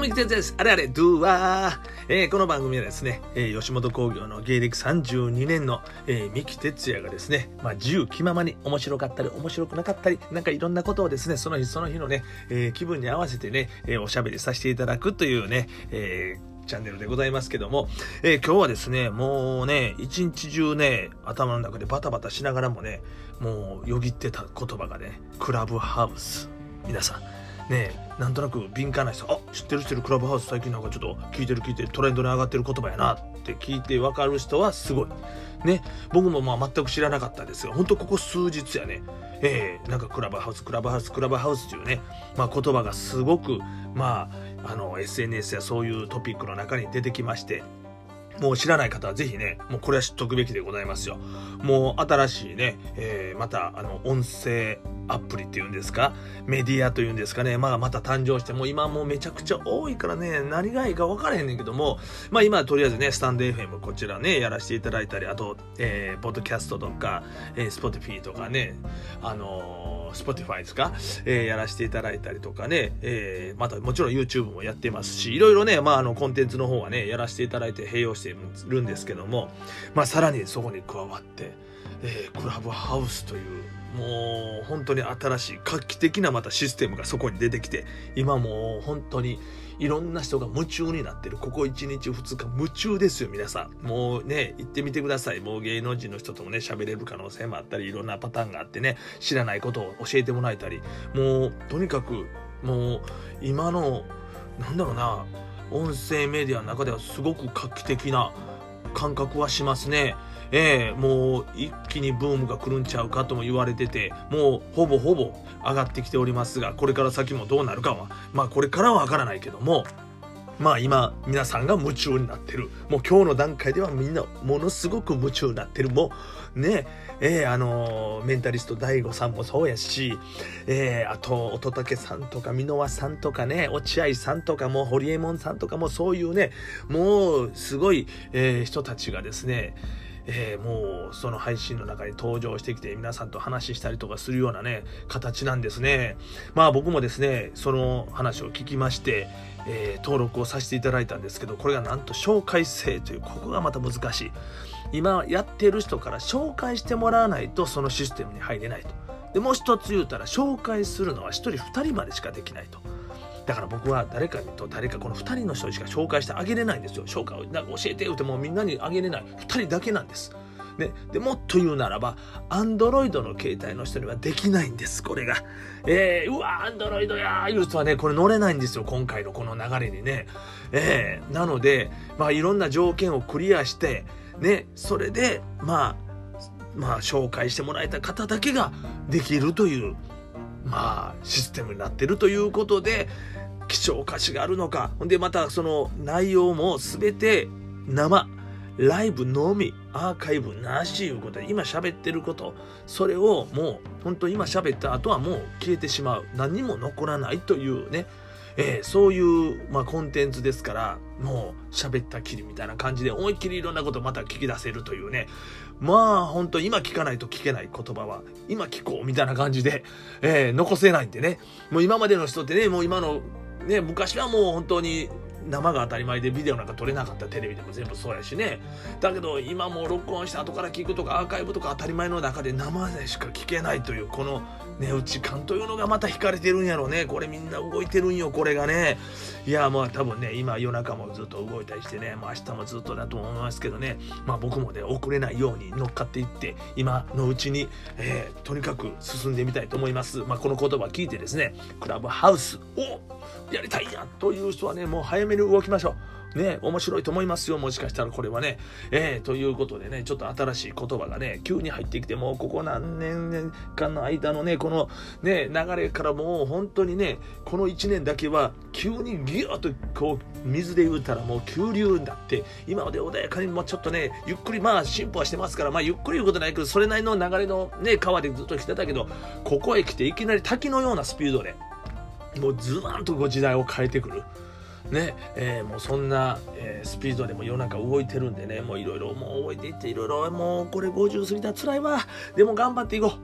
三木哲です。あれあれ、ドゥワー。この番組はですね、吉本興業の芸歴32年の、三木哲也がですね、自由気ままに面白かったり面白くなかったり、なんかいろんなことをですね、その日その日のね、気分に合わせてね、おしゃべりさせていただくというね、チャンネルでございますけども、今日はですね、もうね、一日中ね、頭の中でバタバタしながらもね、もうよぎってた言葉がね、クラブハウス。皆さんね、なんとなく敏感な人、知ってるクラブハウス最近なんかちょっと聞いてるトレンドに上がってる言葉やなって聞いて分かる人はすごいね。僕も全く知らなかったですが、本当ここ数日やね、なんかクラブハウスというね、言葉がすごくSNS やそういうトピックの中に出てきまして、もう知らない方はぜひね、もうこれは知っとくべきでございますよ。もう新しいね、また音声アプリっていうんですか、メディアというんですかね、また誕生して、もう今もうめちゃくちゃ多いからね、何がいいか分からへんねんけども、今とりあえずね、スタンド FM こちらね、やらせていただいたり、あと、ポッドキャストとか、Spotify とかね、Spotify ですか、やらせていただいたりとかね、またもちろん YouTube もやってますし、いろいろね、コンテンツの方はね、やらせていただいて併用してるんですけども、さらにそこに加わって、クラブハウスというもう本当に新しい画期的なまたシステムがそこに出てきて、今もう本当にいろんな人が夢中になってる。ここ1日2日夢中ですよ皆さん。もうね、行ってみてください。もう芸能人の人ともね喋れる可能性もあったり、いろんなパターンがあってね、知らないことを教えてもらえたり、もうとにかくもう今の音声メディアの中ではすごく画期的な感覚はしますね。もう一気にブームが来るんちゃうかとも言われてて、もうほぼ上がってきておりますが、これから先もどうなるかはこれからはわからないけども、今皆さんが夢中になってる。もう今日の段階ではみんなものすごく夢中になってる。もうね、メンタリスト大悟さんもそうやし、あと乙武さんとか箕輪さんとかね、落合さんとかもホリエモンさんとかもそういうね、もうすごい、人たちがですね、もうその配信の中に登場してきて皆さんと話したりとかするようなね形なんですね。僕もですねその話を聞きまして、登録をさせていただいたんですけど、これがなんと紹介制という、ここがまた難しい。今やってる人から紹介してもらわないとそのシステムに入れないと。でもう一つ言うたら、紹介するのは1人2人までしかできないと。だから僕は誰かこの2人の人にしか紹介してあげれないんですよ。紹介を教えてよってもうみんなにあげれない2人だけなんです。ね、でもっと言うならば、Android の携帯の人にはできないんです、これが。Android やーいう人はね、これ乗れないんですよ、今回のこの流れにね。なので、いろんな条件をクリアして、ね、それで、紹介してもらえた方だけができるという、システムになってるということで、希少価値があるのか。で、またその内容も全て生、ライブのみ、アーカイブなしいうことで、今喋ってること、それをもう本当今喋った後はもう消えてしまう。何にも残らないというね、そういう、コンテンツですから、もう喋ったきりみたいな感じで思いっきりいろんなことをまた聞き出せるというね。本当今聞かないと聞けない言葉は今聞こうみたいな感じで、残せないんでね。もう今までの人ってね、もう今のね、昔はもう本当に生が当たり前でビデオなんか撮れなかった。テレビでも全部そうやしね。だけど今もう録音して後から聞くとかアーカイブとか当たり前の中で生でしか聞けないという、この値打ち感というのがまた惹かれてるんやろうね。これみんな動いてるんよ、これがね。いや多分ね、今夜中もずっと動いたりしてね、明日もずっとだと思いますけどね、僕もね遅れないように乗っかっていって、今のうちに、とにかく進んでみたいと思います。この言葉聞いてですね、クラブハウスをやりたいやという人はね、もう早めに動きましょうね。面白いと思いますよ、もしかしたらこれはね。ということでね、ちょっと新しい言葉がね急に入ってきて、もうここ何年間の間のねこのね流れからもう本当にね、この1年だけは急にギューッとこう水で言うたらもう急流になって、今まで穏やかにもちょっとねゆっくり進歩はしてますから、ゆっくり言うことないけど、それなりの流れのね川でずっと来てたけど、ここへ来ていきなり滝のようなスピードでもうズバンとこう時代を変えてくるね。もうそんな、スピードでも世の中動いてるんでね、もういろいろもう動いていって、いろいろもうこれ50過ぎたら辛いわ、でも頑張っていこう。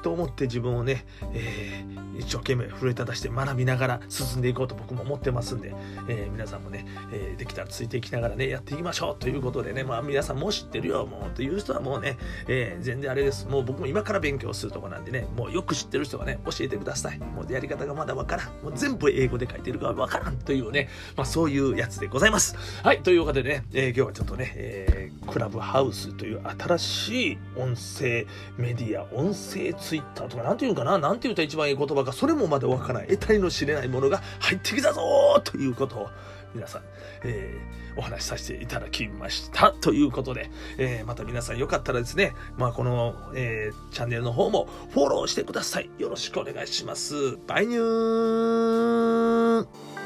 と思って自分をね、一生懸命奮い立たして学びながら進んでいこうと僕も思ってますんで、皆さんもね、できたらついていきながらねやっていきましょうということでね、皆さんもう知ってるよもうという人はもうね、全然あれです。もう僕も今から勉強するとこなんでね、もうよく知ってる人がね教えてください。もうやり方がまだわからん、もう全部英語で書いてるからわからんというね、そういうやつでございます。はい、というわけでね、今日はちょっとね、クラブハウスという新しい音声メディア、音声ツイッターとかなんていうかな、なんて言ったら一番いい言葉か、それもまだわからない、得体の知れないものが入ってきたぞということを皆さん、お話しさせていただきましたということで、また皆さんよかったらですね、この、チャンネルの方もフォローしてください。よろしくお願いします。バイニュー。